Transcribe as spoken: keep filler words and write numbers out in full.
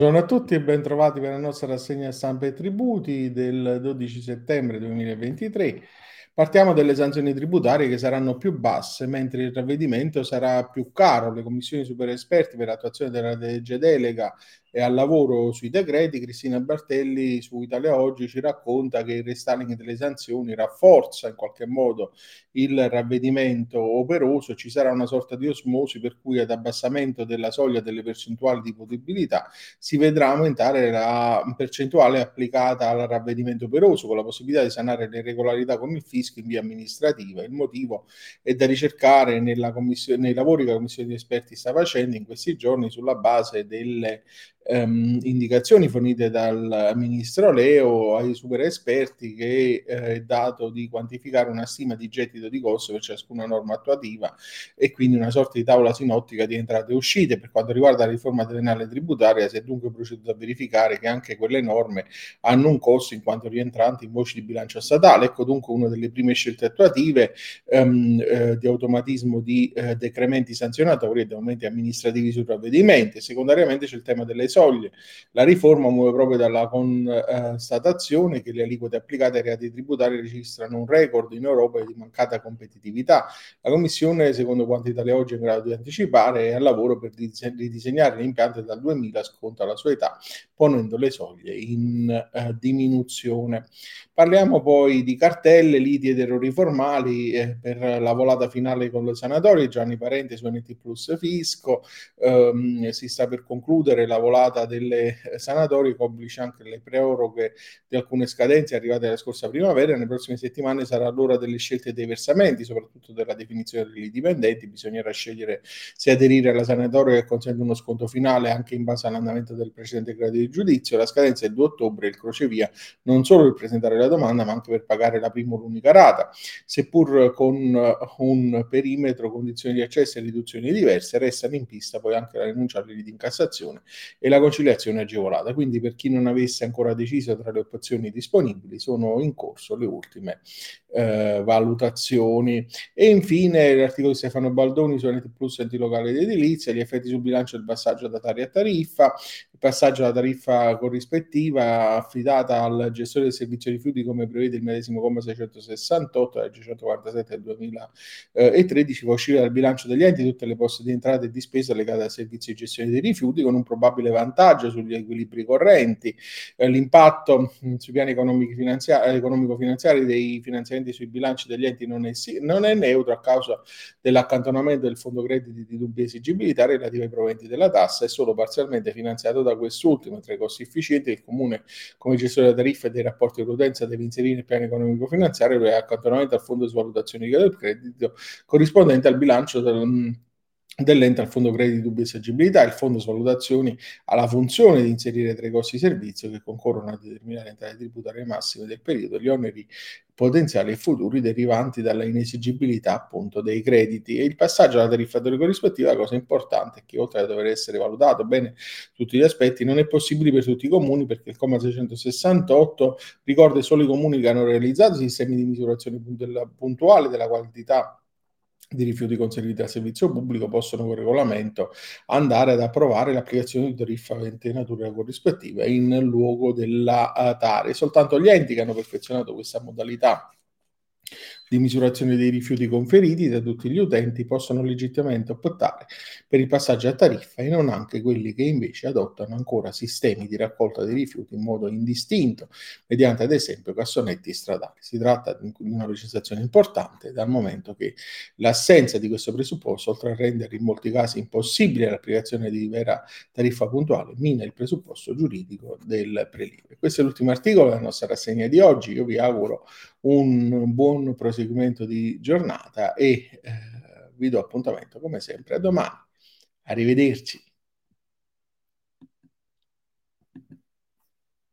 Buongiorno a tutti e bentrovati per la nostra rassegna stampa e tributi del dodici settembre duemilaventitré. Partiamo dalle sanzioni tributarie che saranno più basse, mentre il ravvedimento sarà più caro. Le commissioni super esperti per l'attuazione della legge delega e al lavoro sui decreti, Cristina Bartelli su Italia Oggi ci racconta che il restyling delle sanzioni rafforza in qualche modo il ravvedimento operoso. Ci sarà una sorta di osmosi per cui ad abbassamento della soglia delle percentuali di punibilità si vedrà aumentare la percentuale applicata al ravvedimento operoso, con la possibilità di sanare le irregolarità con il fisco in via amministrativa. Il motivo è da ricercare nella commissione, nei lavori che la commissione di esperti sta facendo in questi giorni sulla base delle ehm, indicazioni fornite dal ministro Leo ai super esperti, che eh, è dato di quantificare una stima di gettito di costo per ciascuna norma attuativa e quindi una sorta di tavola sinottica di entrate e uscite. Per quanto riguarda la riforma triennale tributaria, si è dunque proceduto a verificare che anche quelle norme hanno un costo in quanto rientranti in voci di bilancio statale. Ecco dunque una delle prime scelte attuative ehm, eh, di automatismo di eh, decrementi sanzionatori e di aumenti amministrativi sui provvedimenti. Secondariamente c'è il tema delle soglie. La riforma muove proprio dalla constatazione che le aliquote applicate ai reati tributari registrano un record in Europa di mancata competitività. La Commissione, secondo quanto Italia Oggi è in grado di anticipare, è al lavoro per ridisegnare l'impianto e dal duemila sconta la sua età, ponendo le soglie in eh, diminuzione. Parliamo poi di cartelle, liti ed errori formali eh, per la volata finale con le sanatorie. Gianni Parente su N T Plus Fisco. Ehm, si sta per concludere la volata delle sanatorie, complici anche le proroghe di alcune scadenze arrivate la scorsa primavera. Nelle prossime settimane sarà l'ora delle scelte dei versamenti, soprattutto della definizione degli dipendenti. Bisognerà scegliere se aderire alla sanatoria che consente uno sconto finale anche in base all'andamento del precedente grado di giudizio. La scadenza è il due ottobre, il crocevia non solo per presentare la domanda ma anche per pagare la prima o l'unica rata, seppur con un perimetro, condizioni di accesso e riduzioni diverse. Restano in pista poi anche la rinuncia alle liti in Cassazione e la conciliazione agevolata. Quindi, per chi non avesse ancora deciso tra le opzioni disponibili, sono in corso le ultime eh, valutazioni. E infine l'articolo di Stefano Baldoni su N T Plus enti locali ed edilizia, gli effetti sul bilancio del passaggio da tari a tariffa. Il passaggio alla tariffa corrispettiva affidata al gestore del servizio rifiuti, come prevede il medesimo comma seicentosessantotto della legge centoquarantasette del duemilatredici, fa uscire dal bilancio degli enti tutte le poste di entrata e di spesa legate al servizio di gestione dei rifiuti, con un probabile vantaggio sugli equilibri correnti. Eh, l'impatto mh, sui piani economico-finanziari, economico-finanziari dei finanziamenti sui bilanci degli enti non è, sì, non è neutro a causa dell'accantonamento del fondo crediti di dubbia esigibilità relativa ai proventi della tassa, è solo parzialmente finanziato da quest'ultimo. Tra i costi efficienti, il Comune, come gestore della tariffa e dei rapporti di utenza, deve inserire nel piano economico-finanziario l'accantonamento al fondo di svalutazione del credito corrispondente al bilancio del dell'ente al fondo crediti di dubbia esiggibilità. Il fondo svalutazioni ha la funzione di inserire tra i costi di servizio che concorrono a determinare entrate tributarie massime del periodo gli oneri potenziali e futuri derivanti dalla inesigibilità appunto dei crediti. E il passaggio alla tariffazione corrispettiva è una cosa importante, che oltre a dover essere valutato bene tutti gli aspetti, non è possibile per tutti i comuni, perché il comma seicentosessantotto ricorda solo i comuni che hanno realizzato sistemi di misurazione puntuale della quantità di rifiuti conseguiti al servizio pubblico possono con regolamento andare ad approvare l'applicazione di tariffa avente natura corrispettiva in luogo della uh, Tari. Soltanto gli enti che hanno perfezionato questa modalità di misurazione dei rifiuti conferiti da tutti gli utenti possono legittimamente optare per il passaggio a tariffa, e non anche quelli che invece adottano ancora sistemi di raccolta dei rifiuti in modo indistinto, mediante ad esempio cassonetti stradali. Si tratta di una precisazione importante, dal momento che l'assenza di questo presupposto, oltre a rendere in molti casi impossibile l'applicazione di vera tariffa puntuale, mina il presupposto giuridico del prelievo. Questo è l'ultimo articolo della nostra rassegna di oggi. Io vi auguro un buon proseguimento di giornata e eh, vi do appuntamento come sempre a domani. Arrivederci.